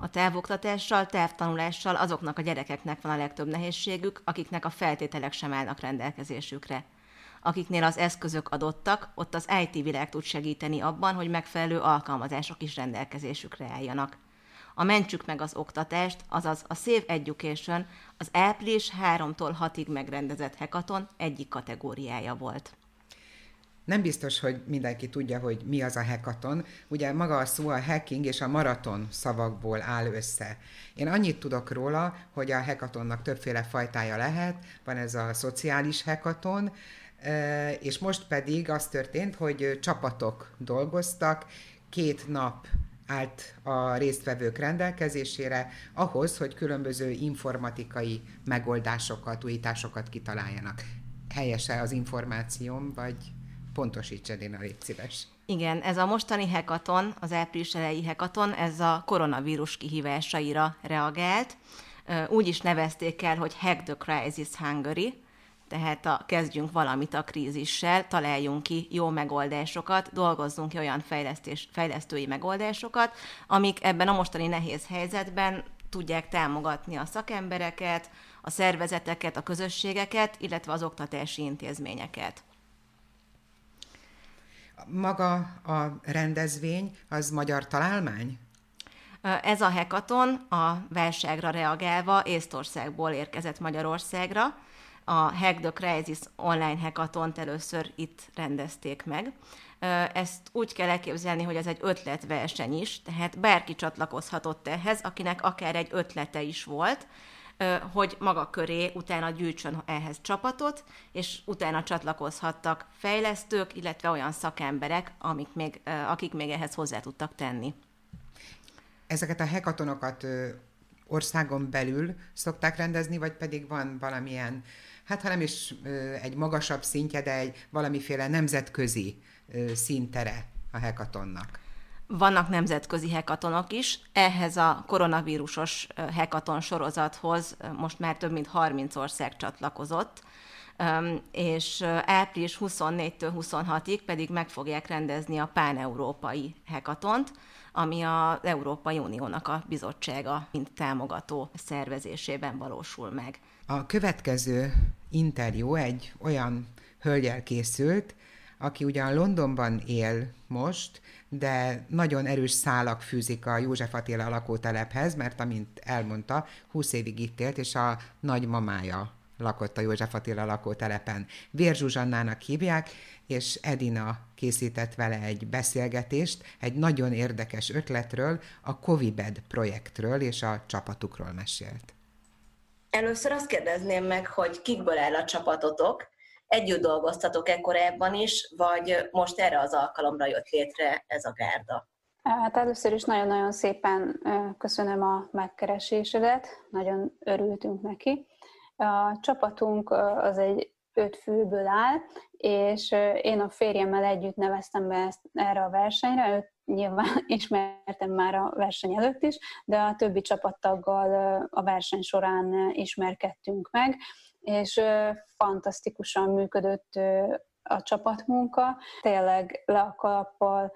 A távoktatással, távtanulással azoknak a gyerekeknek van a legtöbb nehézségük, akiknek a feltételek sem állnak rendelkezésükre. Akiknél az eszközök adottak, ott az IT világ tud segíteni abban, hogy megfelelő alkalmazások is rendelkezésükre álljanak. A Mentsük meg az oktatást, azaz a Save Education az április 3-tól 6-ig megrendezett hackathon egyik kategóriája volt. Nem biztos, hogy mindenki tudja, hogy mi az a hackathon. Ugye maga a szó a hacking és a maraton szavakból áll össze. Én annyit tudok róla, hogy a hackathonnak többféle fajtája lehet. Van ez a szociális hackathon, és most pedig az történt, hogy csapatok dolgoztak, 2 nap állt a résztvevők rendelkezésére ahhoz, hogy különböző informatikai megoldásokat, újításokat kitaláljanak. Helyes-e az információm, vagy pontosíts, Edina, légy szíves. Igen, ez a mostani hackathon, az április elejé hackathon, ez a koronavírus kihívásaira reagált. Úgy is nevezték el, hogy Hack the Crisis Hungary, tehát kezdjünk valamit a krízissel, találjunk ki jó megoldásokat, dolgozzunk ki olyan fejlesztői megoldásokat, amik ebben a mostani nehéz helyzetben tudják támogatni a szakembereket, a szervezeteket, a közösségeket, illetve az oktatási intézményeket. Maga a rendezvény az magyar találmány? Ez a hackathon a válságra reagálva Észtországból érkezett Magyarországra. A Hack the Crisis online hackathont először itt rendezték meg. Ezt úgy kell elképzelni, hogy ez egy ötletverseny is, tehát bárki csatlakozhatott ehhez, akinek akár egy ötlete is volt, hogy maga köré utána gyűjtsön ehhez csapatot, és utána csatlakozhattak fejlesztők, illetve olyan szakemberek, akik még ehhez hozzá tudtak tenni. Ezeket a hackathonokat országon belül szokták rendezni, vagy pedig van valamilyen, hát ha nem is egy magasabb szintje, de egy valamiféle nemzetközi színtere a hackathonnak? Vannak nemzetközi hackathonok is. Ehhez a koronavírusos hackathon sorozathoz most már több mint 30 ország csatlakozott, és április 24-től 26-ig pedig meg fogják rendezni a pán-európai hackathont, ami az Európai Uniónak a bizottsága, mint támogató szervezésében valósul meg. A következő interjú egy olyan hölgyel készült, aki ugyan Londonban él most, de nagyon erős szálak fűzik a József Attila lakótelephez, mert amint elmondta, 20 évig itt élt, és a nagymamája lakott a József Attila lakótelepen. Vér Zsuzsannának hívják, és Edina készített vele egy beszélgetést, egy nagyon érdekes ötletről, a Covibed projektről és a csapatukról mesélt. Először azt kérdezném meg, hogy kikből áll a csapatotok? Együtt dolgoztatok-e korábban is, vagy most erre az alkalomra jött létre ez a gárda? Hát először is nagyon-nagyon szépen köszönöm a megkeresésedet, nagyon örültünk neki. A csapatunk az egy 5 főből áll, és én a férjemmel együtt neveztem be erre a versenyre, őt nyilván ismertem már a verseny előtt is, de a többi csapattaggal a verseny során ismerkedtünk meg, és fantasztikusan működött a csapatmunka, tényleg le a kalappal,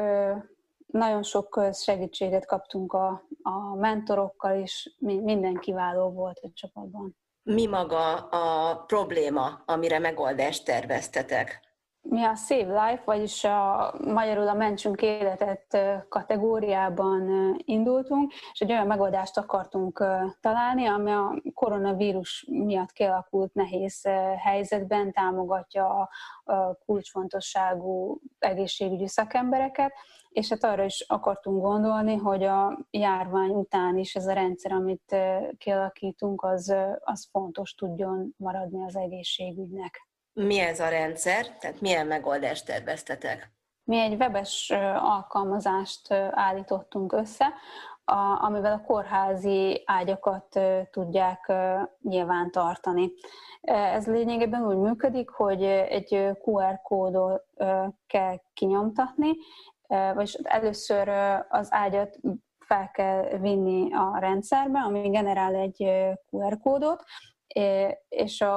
nagyon sok segítséget kaptunk a mentorokkal is, minden kiváló volt a csapatban. Mi maga a probléma, amire megoldást terveztetek? Mi a Save Life, vagyis magyarul a Mentsünk életet kategóriában indultunk, és egy olyan megoldást akartunk találni, ami a koronavírus miatt kialakult nehéz helyzetben támogatja a kulcsfontosságú egészségügyi szakembereket, és hát arra is akartunk gondolni, hogy a járvány után is ez a rendszer, amit kialakítunk, az fontos tudjon maradni az egészségügynek. Mi ez a rendszer? Tehát milyen megoldást terveztetek? Mi egy webes alkalmazást állítottunk össze, amivel a kórházi ágyakat tudják nyilván tartani. Ez lényegében úgy működik, hogy egy QR kódot kell kinyomtatni, vagyis először az ágyat fel kell vinni a rendszerbe, ami generál egy QR kódot, és a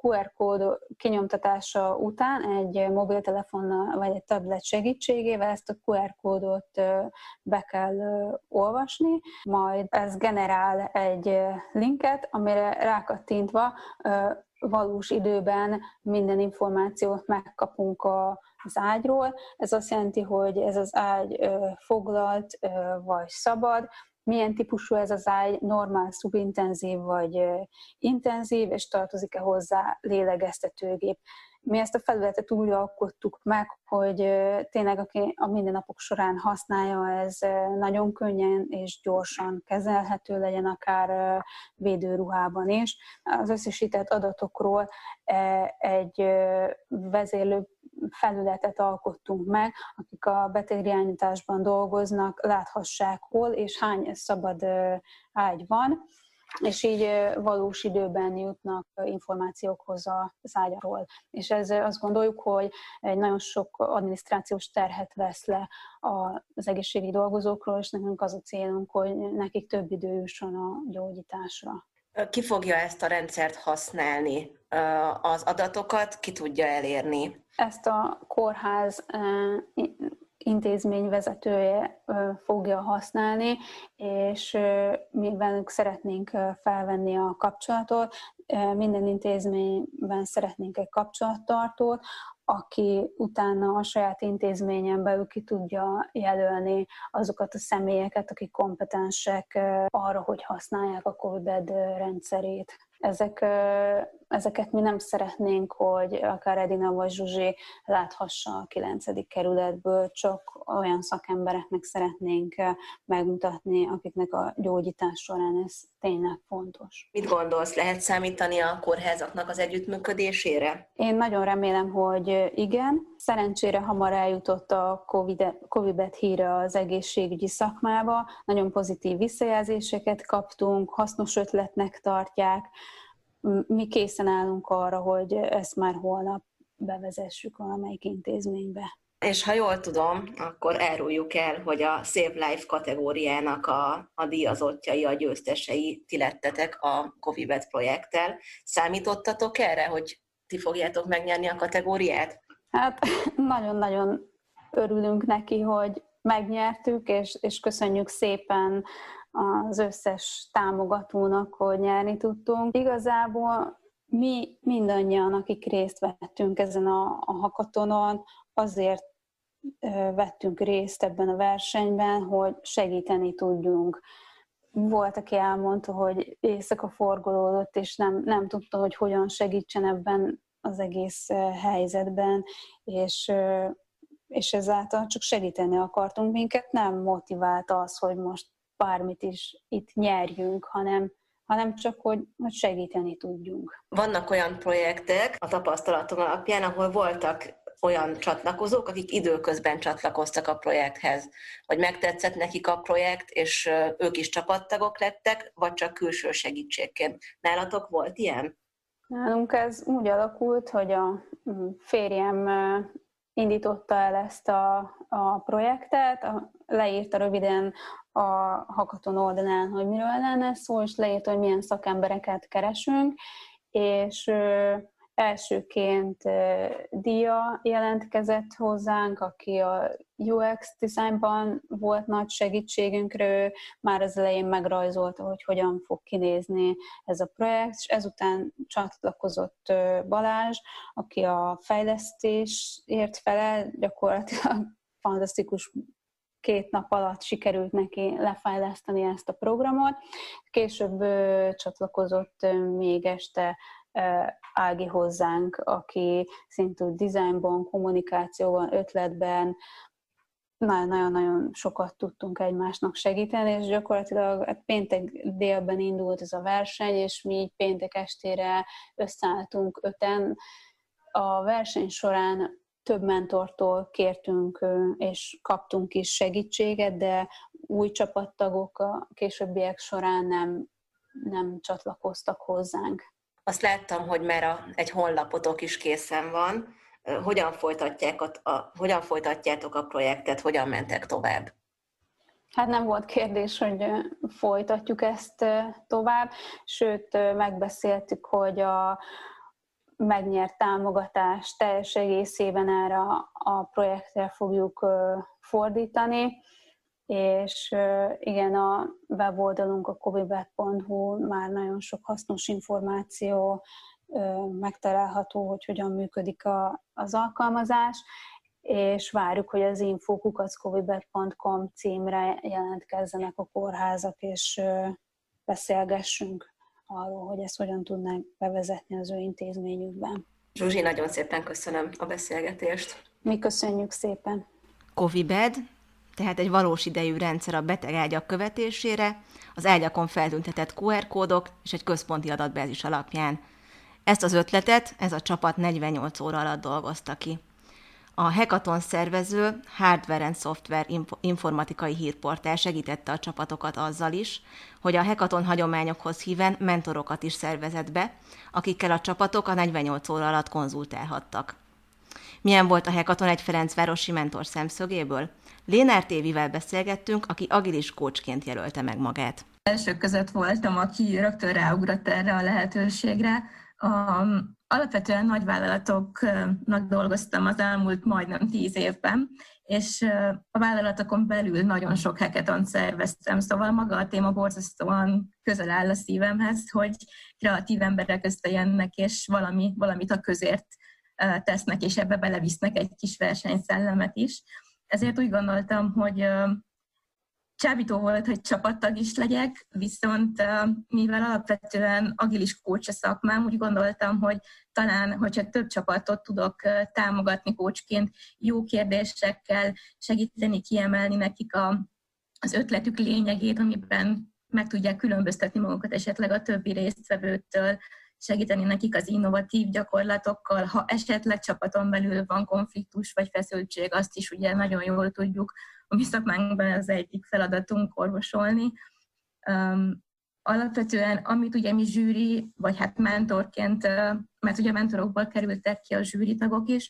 QR kód kinyomtatása után egy mobiltelefonnal vagy egy tablet segítségével ezt a QR kódot be kell olvasni, majd ez generál egy linket, amire rákattintva valós időben minden információt megkapunk az ágyról. Ez azt jelenti, hogy ez az ágy foglalt vagy szabad, milyen típusú ez az ágy, normál, szubintenzív vagy intenzív, és tartozik-e hozzá lélegeztetőgép. Mi ezt a felületet úgy alkottuk meg, hogy tényleg aki a mindennapok során használja, ez nagyon könnyen és gyorsan kezelhető legyen, akár védőruhában is. Az összesített adatokról egy vezérlő felületet alkottunk meg, akik a betegirányításban dolgoznak, láthassák hol és hány szabad ágy van, és így valós időben jutnak információkhoz az ágyról. És ez azt gondoljuk, hogy egy nagyon sok adminisztrációs terhet vesz le az egészségügyi dolgozókról, és nekünk az a célunk, hogy nekik több idő jusson a gyógyításra. Ki fogja ezt a rendszert használni? Az adatokat ki tudja elérni? Ezt a kórház intézmény vezetője fogja használni, és mi velük szeretnénk felvenni a kapcsolatot. Minden intézményben szeretnénk egy kapcsolattartót, aki utána a saját intézményen belül ki tudja jelölni azokat a személyeket, akik kompetensek arra, hogy használják a COVID rendszerét. Ezeket mi nem szeretnénk, hogy akár Edina vagy Zsuzsi láthassa a 9. kerületből, csak olyan szakembereknek szeretnénk megmutatni, akiknek a gyógyítás során ez tényleg fontos. Mit gondolsz, lehet számítani a kórházaknak az együttműködésére? Én nagyon remélem, hogy igen. Szerencsére hamar eljutott a COVID híre az egészségügyi szakmába. Nagyon pozitív visszajelzéseket kaptunk, hasznos ötletnek tartják. Mi készen állunk arra, hogy ezt már holnap bevezessük valamelyik intézménybe. És ha jól tudom, akkor áruljuk el, hogy a Save Life kategóriának a díjazottjai, a győztesei ti lettetek a COVID projekttel. Számítottatok erre, hogy ti fogjátok megnyerni a kategóriát? Hát nagyon-nagyon örülünk neki, hogy megnyertük, és köszönjük szépen az összes támogatónak, hogy nyerni tudtunk. Igazából mi mindannyian, akik részt vettünk ezen a hackathonon, azért vettünk részt ebben a versenyben, hogy segíteni tudjunk. Volt, aki elmondta, hogy éjszaka forgolódott, és nem tudta, hogy hogyan segítsen ebben az egész helyzetben, és ezáltal csak segíteni akartunk minket. Nem motiválta az, hogy most bármit is itt nyerjünk, hanem csak, hogy segíteni tudjunk. Vannak olyan projektek a tapasztalatom alapján, ahol voltak olyan csatlakozók, akik időközben csatlakoztak a projekthez, vagy megtetszett nekik a projekt, és ők is csapattagok lettek, vagy csak külső segítségként. Nálatok volt ilyen? Nálunk ez úgy alakult, hogy a férjem indította el ezt a projektet, leírta röviden a hackathon oldalán, hogy miről lenne szó, és leírta, hogy milyen szakembereket keresünk, és elsőként Dia jelentkezett hozzánk, aki a UX designban volt nagy segítségünkre, ő már az elején megrajzolta, hogy hogyan fog kinézni ez a projekt, és ezután csatlakozott Balázs, aki a fejlesztésért felel, gyakorlatilag fantasztikus 2 nap alatt sikerült neki lefejleszteni ezt a programot. Később csatlakozott még este Ági hozzánk, aki szintén designban, kommunikációban, ötletben nagyon-nagyon sokat tudtunk egymásnak segíteni, és gyakorlatilag péntek délben indult ez a verseny, és mi így péntek estére összeálltunk 5-en. A verseny során több mentortól kértünk és kaptunk is segítséget, de új csapattagok a későbbiek során nem csatlakoztak hozzánk. Azt láttam, hogy már egy honlapotok is készen van. Hogyan folytatjátok a projektet, hogyan mentek tovább? Hát nem volt kérdés, hogy folytatjuk ezt tovább, sőt megbeszéltük, hogy megnyert támogatást teljes egészében erre a projektre fogjuk fordítani, és igen, a weboldalunk a covibet.hu már nagyon sok hasznos információ megtalálható, hogy hogyan működik az alkalmazás, és várjuk, hogy az info@covibet.com címre jelentkezzenek a kórházak, és beszélgessünk arról, hogy ezt hogyan tudnánk bevezetni az ő intézményükben. Zsuzsi, nagyon szépen köszönöm a beszélgetést. Mi köszönjük szépen. Covibed, tehát egy valós idejű rendszer a betegágyak követésére, az ágyakon feltüntetett QR kódok és egy központi adatbázis alapján. Ezt az ötletet ez a csapat 48 óra alatt dolgozta ki. A hackathon szervező Hardware and Software informatikai hírportál segítette a csapatokat azzal is, hogy a hackathon hagyományokhoz híven mentorokat is szervezett be, akikkel a csapatok a 48 óra alatt konzultálhattak. Milyen volt a hackathon egy ferencvárosi mentor szemszögéből? Lénár Tévivel beszélgettünk, aki agilis coachként jelölte meg magát. Elsők között voltam, aki rögtön ráugrott erre a lehetőségre. Alapvetően nagyvállalatoknak dolgoztam az elmúlt majdnem 10 évben, és a vállalatokon belül nagyon sok hackathont szerveztem, szóval maga a téma borzasztóan közel áll a szívemhez, hogy kreatív emberek összejönnek, és valamit a közért tesznek, és ebbe belevisznek egy kis versenyszellemet is. Ezért úgy gondoltam, hogy csábító volt, hogy csapattag is legyek, viszont mivel alapvetően agilis coach a szakmám, úgy gondoltam, hogy talán, hogyha több csapatot tudok támogatni coachként, jó kérdésekkel segíteni, kiemelni nekik az ötletük lényegét, amiben meg tudják különböztetni magukat esetleg a többi résztvevőtől, segíteni nekik az innovatív gyakorlatokkal, ha esetleg csapaton belül van konfliktus vagy feszültség, azt is ugye nagyon jól tudjuk, a mi szakmánkban az egyik feladatunk orvosolni. Alapvetően, amit ugye mi zsűri, vagy hát mentorként, mert ugye a mentorokból kerültek ki a zsűritagok is,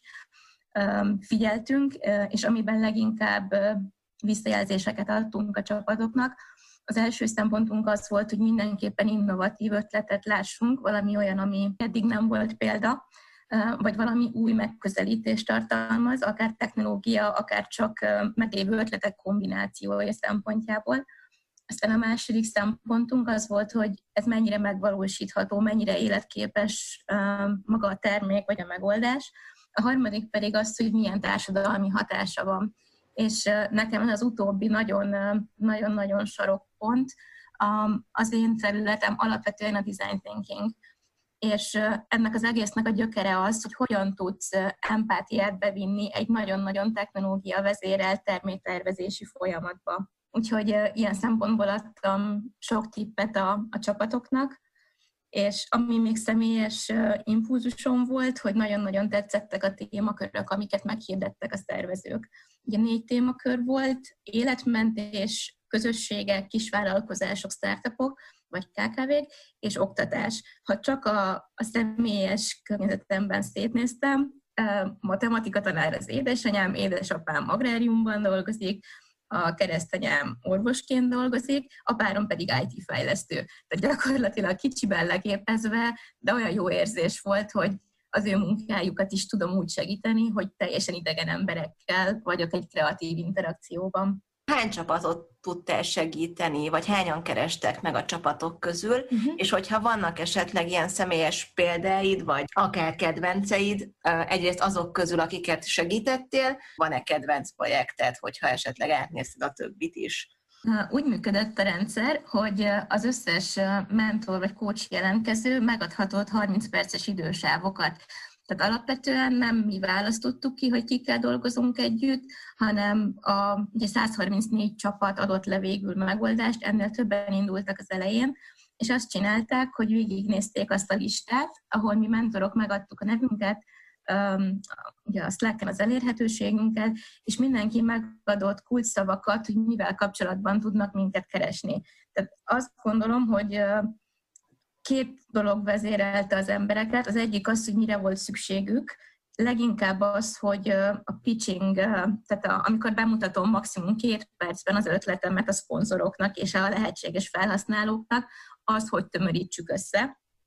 figyeltünk, és amiben leginkább visszajelzéseket adtunk a csapatoknak. Az első szempontunk az volt, hogy mindenképpen innovatív ötletet lássunk, valami olyan, ami eddig nem volt példa, vagy valami új megközelítést tartalmaz, akár technológia, akár csak meglévő ötletek kombinációja szempontjából. Aztán a második szempontunk az volt, hogy ez mennyire megvalósítható, mennyire életképes maga a termék vagy a megoldás. A harmadik pedig az, hogy milyen társadalmi hatása van. És nekem az utóbbi nagyon-nagyon sarokpont. Az én területem alapvetően a design thinking. És ennek az egésznek a gyökere az, hogy hogyan tudsz empátiát bevinni egy nagyon-nagyon technológia vezérelt terméktervezési folyamatba. Úgyhogy ilyen szempontból adtam sok tippet a csapatoknak, és ami még személyes impulzusom volt, hogy nagyon-nagyon tetszettek a témakörök, amiket meghirdettek a szervezők. Ugye 4 témakör volt: életmentés, közösségek, kisvállalkozások, startupok, vagy KKV-k, és oktatás. Ha csak a személyes környezetemben szétnéztem, matematika tanár az édesanyám, édesapám agráriumban dolgozik, a keresztanyám orvosként dolgozik, a párom pedig IT fejlesztő. Tehát gyakorlatilag kicsiben leképezve, de olyan jó érzés volt, hogy az ő munkájukat is tudom úgy segíteni, hogy teljesen idegen emberekkel vagyok egy kreatív interakcióban. Hány csapatot tudtál segíteni, vagy hányan kerestek meg a csapatok közül, és hogyha vannak esetleg ilyen személyes példáid, vagy akár kedvenceid, egyrészt azok közül, akiket segítettél, van-e kedvenc projekted, hogyha esetleg átnézted a többit is? Úgy működött a rendszer, hogy az összes mentor vagy coach jelentkező megadhatott 30 perces idősávokat. Tehát alapvetően nem mi választottuk ki, hogy kikkel dolgozunk együtt, hanem ugye 134 csapat adott le végül megoldást, ennél többen indultak az elején, és azt csinálták, hogy végignézték azt a listát, ahol mi mentorok megadtuk a nevünket, ugye a Slacken az elérhetőségünket, és mindenki megadott kulcsszavakat, hogy mivel kapcsolatban tudnak minket keresni. Tehát azt gondolom, hogy 2 dolog vezérelte az embereket. Az egyik az, hogy mire volt szükségük, leginkább az, hogy a pitching, tehát amikor bemutatom maximum 2 percben az ötletemet a szponzoroknak és a lehetséges felhasználóknak, az, hogy tömörítsük össze.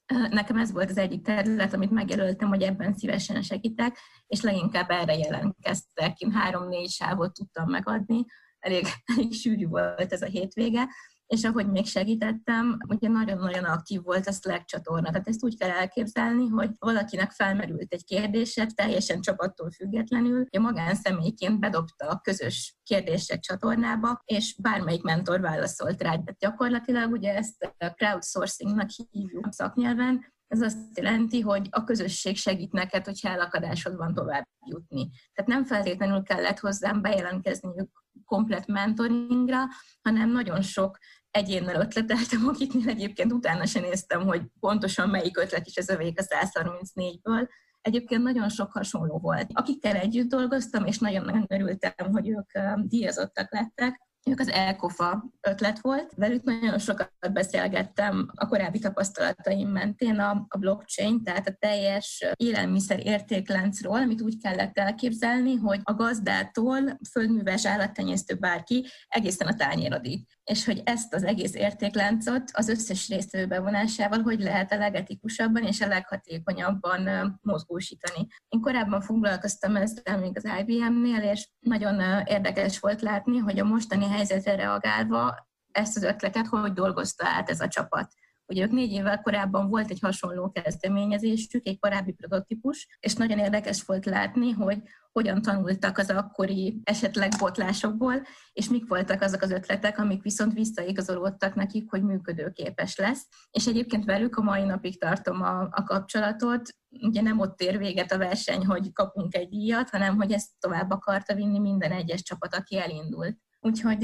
Nekem ez volt az egyik terület, amit megjelöltem, hogy ebben szívesen segítek, és leginkább erre jelentkeztek. Én 3-4 sávot tudtam megadni, elég sűrű volt ez a hétvége, és ahogy még segítettem, ugye nagyon-nagyon aktív volt a Slack csatorna. Tehát ezt úgy kell elképzelni, hogy valakinek felmerült egy kérdése, teljesen csapattól függetlenül, hogy magánszemélyként bedobta a közös kérdések csatornába, és bármelyik mentor válaszolt rá. Tehát gyakorlatilag ugye ezt a crowdsourcingnak hívjuk a szaknyelven. Ez azt jelenti, hogy a közösség segít neked, hogyha elakadásod van tovább jutni. Tehát nem feltétlenül kellett hozzám bejelentkezniük komplet mentoringra, hanem nagyon sok egyénnel ötleteltem, akiknél egyébként utána sem néztem, hogy pontosan melyik ötlet is az övék a 134-ből. Egyébként nagyon sok hasonló volt. Akikkel együtt dolgoztam, és nagyon-nagyon örültem, hogy ők díjazottak lettek, ők az ELCOFA ötlet volt. Velük nagyon sokat beszélgettem a korábbi tapasztalataim mentén a blockchain, tehát a teljes élelmiszer értékláncról, amit úgy kellett elképzelni, hogy a gazdától, földműves állattenyésztő bárki, egészen a tányérodig. És hogy ezt az egész értékláncot az összes résztvevő bevonásával hogy lehet a legetikusabban és a leghatékonyabban mozgósítani. Én korábban foglalkoztam ezzel még az IBM-nél, és nagyon érdekes volt látni, hogy a mostani helyzetre reagálva ezt az ötletet hogy dolgozta át ez a csapat. Ugye ők 4 évvel korábban volt egy hasonló kezdeményezésük, egy korábbi prototípus, és nagyon érdekes volt látni, hogy hogyan tanultak az akkori esetleg botlásokból, és mik voltak azok az ötletek, amik viszont visszaigazolódtak nekik, hogy működőképes lesz. És egyébként velük a mai napig tartom a kapcsolatot. Ugye nem ott ér véget a verseny, hogy kapunk egy díjat, hanem hogy ezt tovább akarta vinni minden egyes csapat, aki elindult. Úgyhogy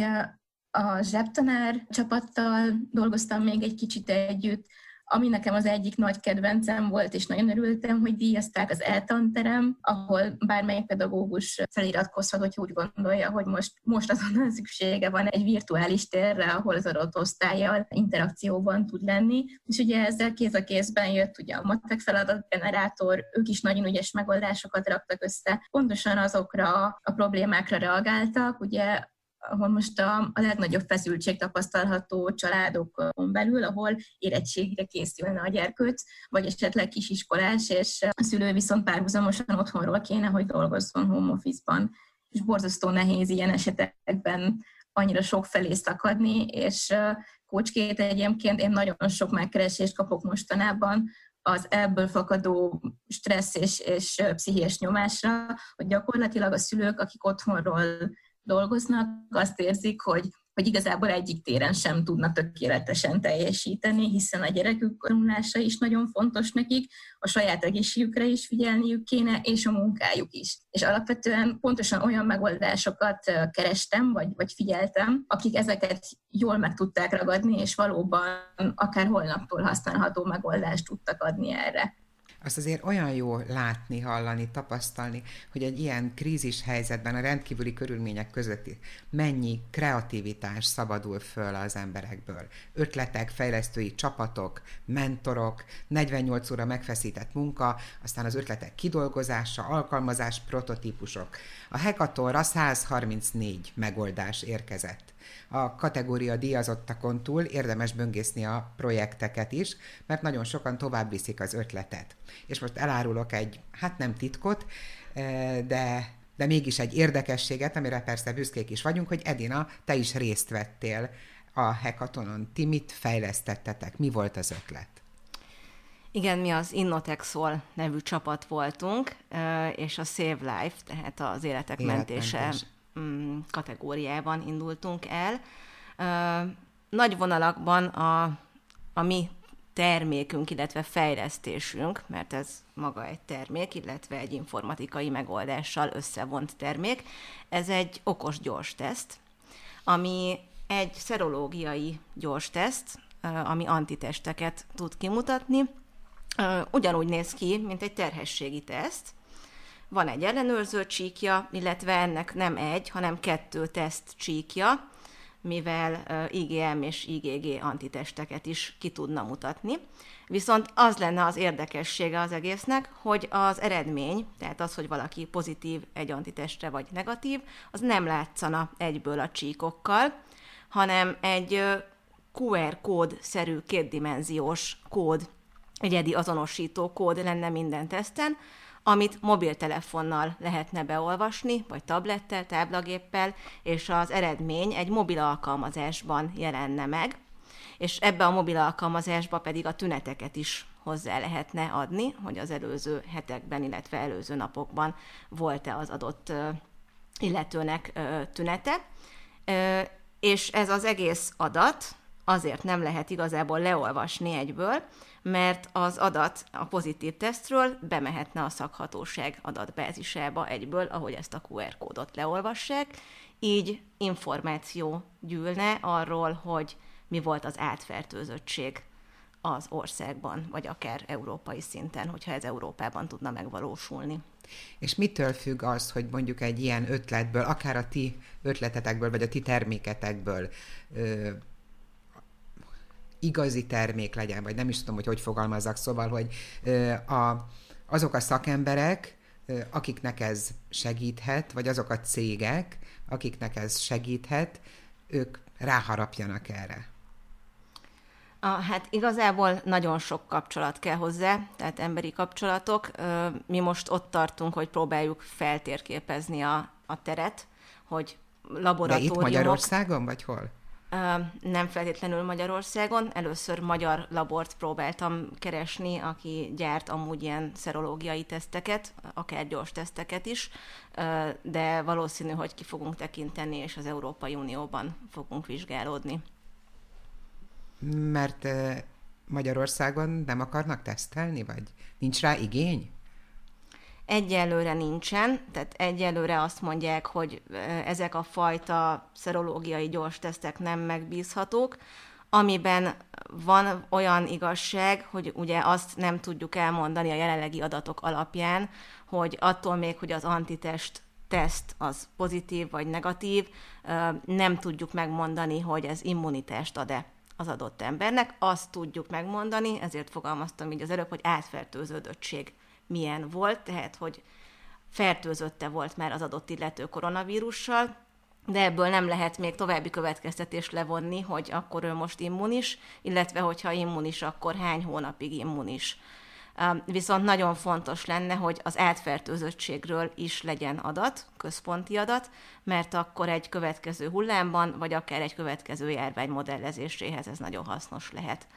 a zsebtanár csapattal dolgoztam még egy kicsit együtt, ami nekem az egyik nagy kedvencem volt, és nagyon örültem, hogy díjazták az e-tanterem, ahol bármelyik pedagógus feliratkozhat, hogy úgy gondolja, hogy most azonnal szüksége van egy virtuális térre, ahol az adott osztállyal interakcióban tud lenni. És ugye ezzel kéz a kézben jött ugye a matek feladatgenerátor, ők is nagyon ügyes megoldásokat raktak össze, pontosan azokra a problémákra reagáltak, ugye ahol most a legnagyobb feszültség tapasztalható családokon belül, ahol érettségre készülne a gyerkőc, vagy esetleg kisiskolás, és a szülő viszont párhuzamosan otthonról kéne, hogy dolgozzon home office-ban. És borzasztó nehéz ilyen esetekben annyira sok felé szakadni, és coachként egyébként én nagyon sok megkeresést kapok mostanában az ebből fakadó stressz és pszichés nyomásra, hogy gyakorlatilag a szülők, akik otthonról dolgoznak, azt érzik, hogy igazából egyik téren sem tudnak tökéletesen teljesíteni, hiszen a gyerekük tanulása is nagyon fontos nekik, a saját egészségükre is figyelniük kéne, és a munkájuk is. És alapvetően pontosan olyan megoldásokat kerestem, vagy figyeltem, akik ezeket jól meg tudták ragadni, és valóban akár holnaptól használható megoldást tudtak adni erre. Azt azért olyan jó látni, hallani, tapasztalni, hogy egy ilyen krízis helyzetben, a rendkívüli körülmények között mennyi kreativitás szabadul föl az emberekből. Ötletek, fejlesztői csapatok, mentorok, 48 óra megfeszített munka, aztán az ötletek kidolgozása, alkalmazás, prototípusok. A hackathonra 134 megoldás érkezett. A kategória díjazottakon túl érdemes böngészni a projekteket is, mert nagyon sokan tovább viszik az ötletet. És most elárulok egy, hát nem titkot, de mégis egy érdekességet, amire persze büszkék is vagyunk, hogy Edina, te is részt vettél a hackathonon. Ti mit fejlesztettetek? Mi volt az ötlet? Igen, mi az Innotexol nevű csapat voltunk, és a Save Life, tehát az életek mentése kategóriában indultunk el. Nagy vonalakban a mi termékünk, illetve fejlesztésünk, mert ez maga egy termék, illetve egy informatikai megoldással összevont termék, ez egy okos gyors teszt, ami egy szerológiai gyors teszt, ami antitesteket tud kimutatni. Ugyanúgy néz ki, mint egy terhességi teszt. Van egy ellenőrző csíkja, illetve ennek nem egy, hanem 2 teszt csíkja, mivel IgM és IgG antitesteket is ki tudna mutatni. Viszont az lenne az érdekessége az egésznek, hogy az eredmény, tehát az, hogy valaki pozitív egy antitestre vagy negatív, az nem látszana egyből a csíkokkal, hanem egy QR kód-szerű 2-dimenziós kód egyedi azonosító kód lenne minden teszten, amit mobiltelefonnal lehetne beolvasni, vagy tablettel, táblagéppel, és az eredmény egy mobil alkalmazásban jelenne meg, és ebbe a mobil alkalmazásba pedig a tüneteket is hozzá lehetne adni, hogy az előző hetekben, illetve előző napokban volt-e az adott illetőnek tünete. És ez az egész adat azért nem lehet igazából leolvasni egyből, mert az adat a pozitív tesztről bemehetne a szakhatóság adatbázisába egyből, ahogy ezt a QR kódot leolvassák, így információ gyűlne arról, hogy mi volt az átfertőzöttség az országban, vagy akár európai szinten, hogyha ez Európában tudna megvalósulni. És mitől függ az, hogy mondjuk egy ilyen ötletből, akár a ti ötletetekből, vagy a ti terméketekből igazi termék legyen, vagy nem is tudom, hogy fogalmazzak, szóval, hogy azok a szakemberek, akiknek ez segíthet, vagy azok a cégek, akiknek ez segíthet, ők ráharapjanak erre. Hát igazából nagyon sok kapcsolat kell hozzá, tehát emberi kapcsolatok. Mi most ott tartunk, hogy próbáljuk feltérképezni a teret, hogy laboratóriumok... De itt Magyarországon, vagy hol? Nem feltétlenül Magyarországon. Először magyar labort próbáltam keresni, aki gyárt amúgy ilyen szerológiai teszteket, akár gyors teszteket is, de valószínű, hogy ki fogunk tekinteni, és az Európai Unióban fogunk vizsgálódni. Mert Magyarországon nem akarnak tesztelni, vagy nincs rá igény? Egyelőre nincsen, tehát egyelőre azt mondják, hogy ezek a fajta szerológiai gyors tesztek nem megbízhatók, amiben van olyan igazság, hogy ugye azt nem tudjuk elmondani a jelenlegi adatok alapján, hogy attól még, hogy az antitest teszt az pozitív vagy negatív, nem tudjuk megmondani, hogy ez immunitást ad-e az adott embernek. Azt tudjuk megmondani, ezért fogalmaztam így az előbb, hogy átfertőződöttség milyen volt, tehát hogy fertőzötte volt már az adott illető koronavírussal, de ebből nem lehet még további következtetést levonni, hogy akkor ő most immunis, illetve hogyha immunis, akkor hány hónapig immunis. Viszont nagyon fontos lenne, hogy az átfertőzöttségről is legyen adat, központi adat, mert akkor egy következő hullámban, vagy akár egy következő járvány modellezéséhez ez nagyon hasznos lehet.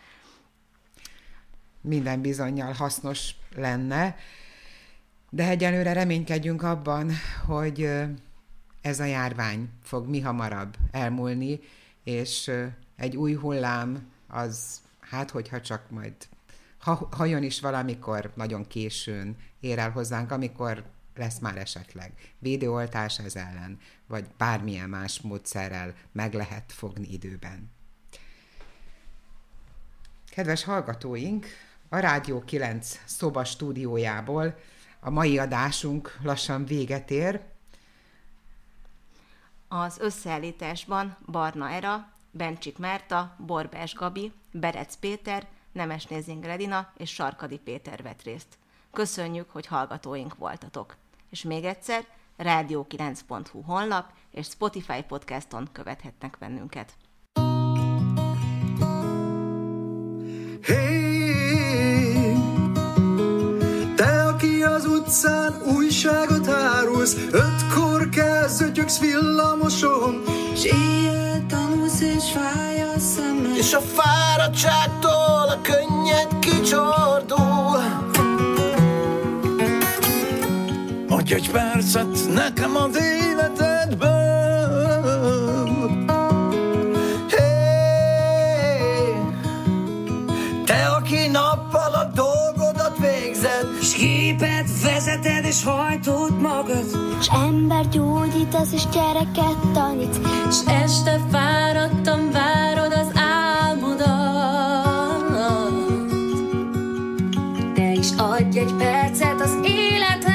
Minden bizonnyal hasznos lenne, de egyelőre reménykedjünk abban, hogy ez a járvány fog mihamarabb elmúlni, és egy új hullám az, hát hogyha csak majd ha jön is valamikor nagyon későn ér el hozzánk, amikor lesz már esetleg védőoltás ez ellen, vagy bármilyen más módszerrel meg lehet fogni időben. Kedves hallgatóink, a Rádió 9 szoba stúdiójából a mai adásunk lassan véget ér. Az összeállításban Barna Era, Bencsik Márta, Borbás Gabi, Berec Péter, Nemesné Zinger Edina és Sarkadi Péter vett részt. Köszönjük, hogy hallgatóink voltatok. És még egyszer, rádió9.hu honlap és Spotify podcaston követhetnek bennünket. Hey, te, aki az utcán újságot árulsz, 5-kor kezdődjöksz villamoson, s éjjel tanulsz és fáj a szemed, és a fáradtságtól a könnyed kicsordul. Adj egy percet nekem az életedből. Hey, te, aki nappal a dolgodat végzed, s gépet vezeted és hajtod magad, s ember gyógyítasz és gyereket tanít, s este fáradtan várod az álmodat. Te is adj egy percet az életedből.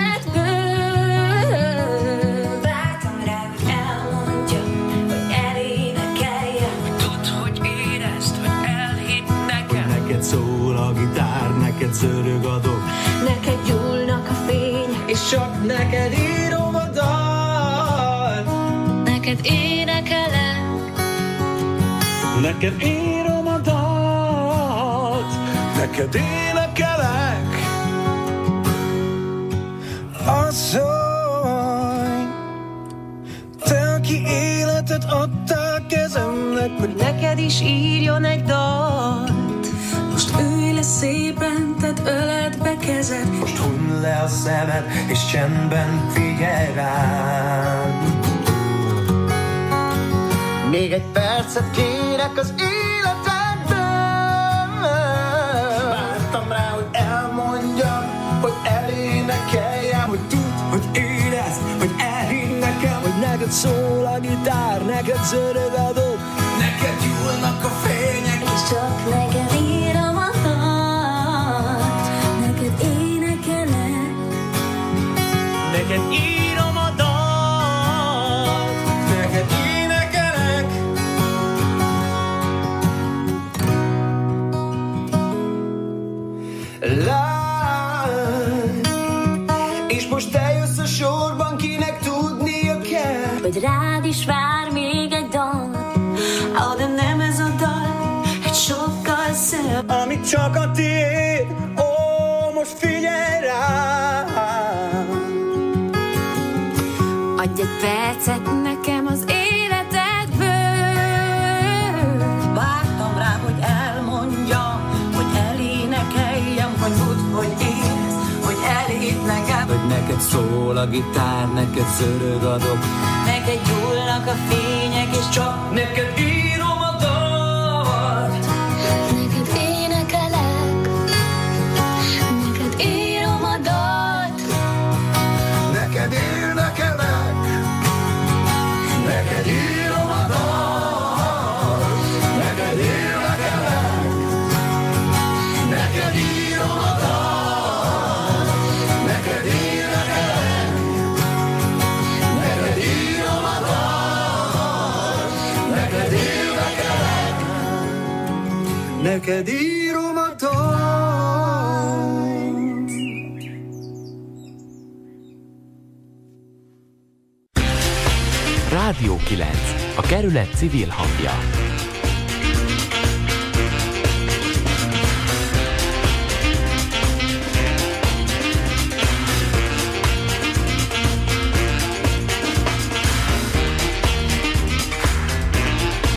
Vártam rá, hogy elmondjam, hogy elénekeljem, hogy tudd, hogy érezd, hogy elhidd nekem. Neked szól a gitár, neked zörög a dob, neked gyúlnak a fény, és csak neked írom a dalt. neked énekelek, neked írom a dalt, neked énekelek. énekelek. Asszony, te, aki életet adtál kezemnek, hogy neked is írjon egy dalt. Most ülj le szépen, tedd öletbe kezed. most hunyd le a szemed, és csendben figyelj rám. Még egy percet kérek az életedben. Vártam rá, hogy elmondjam, hogy elénekeljem, hogy tudd, hogy érezd, hogy elhidd nekem, hogy neked szól a gitár, neked zörög a dob, neked gyúlnak a fények, És csak neked írom a dalt. Neked énekelek. neked írom a dalt, neked énekelek. Lány, és most te jössz a sorban, kinek tudnia kell, Hogy rád is vár még egy dal. De nem ez a dal, egy sokkal szebb. amit csak a tiéd. Ó, most figyelj rám. Adj egy percet nekem az életedből. Vártam rá, hogy elmondjam, hogy elénekeljem, hogy tudd, hogy érezd, hogy elhidd nekem. Hogy neked szól a gitár, neked zörög a dob, Neked gyúlnak a fények, és csak neked írom a dalt. Neked énekelek, neked írom a dalt. Neked énekelek, neked írom a dalt. Neked énekelek, neked írom a dalt. Neked énekelek, neked írom a dalt. Neked énekelek, neked írom a dalt. Rádió 9, a kerület civil hangja.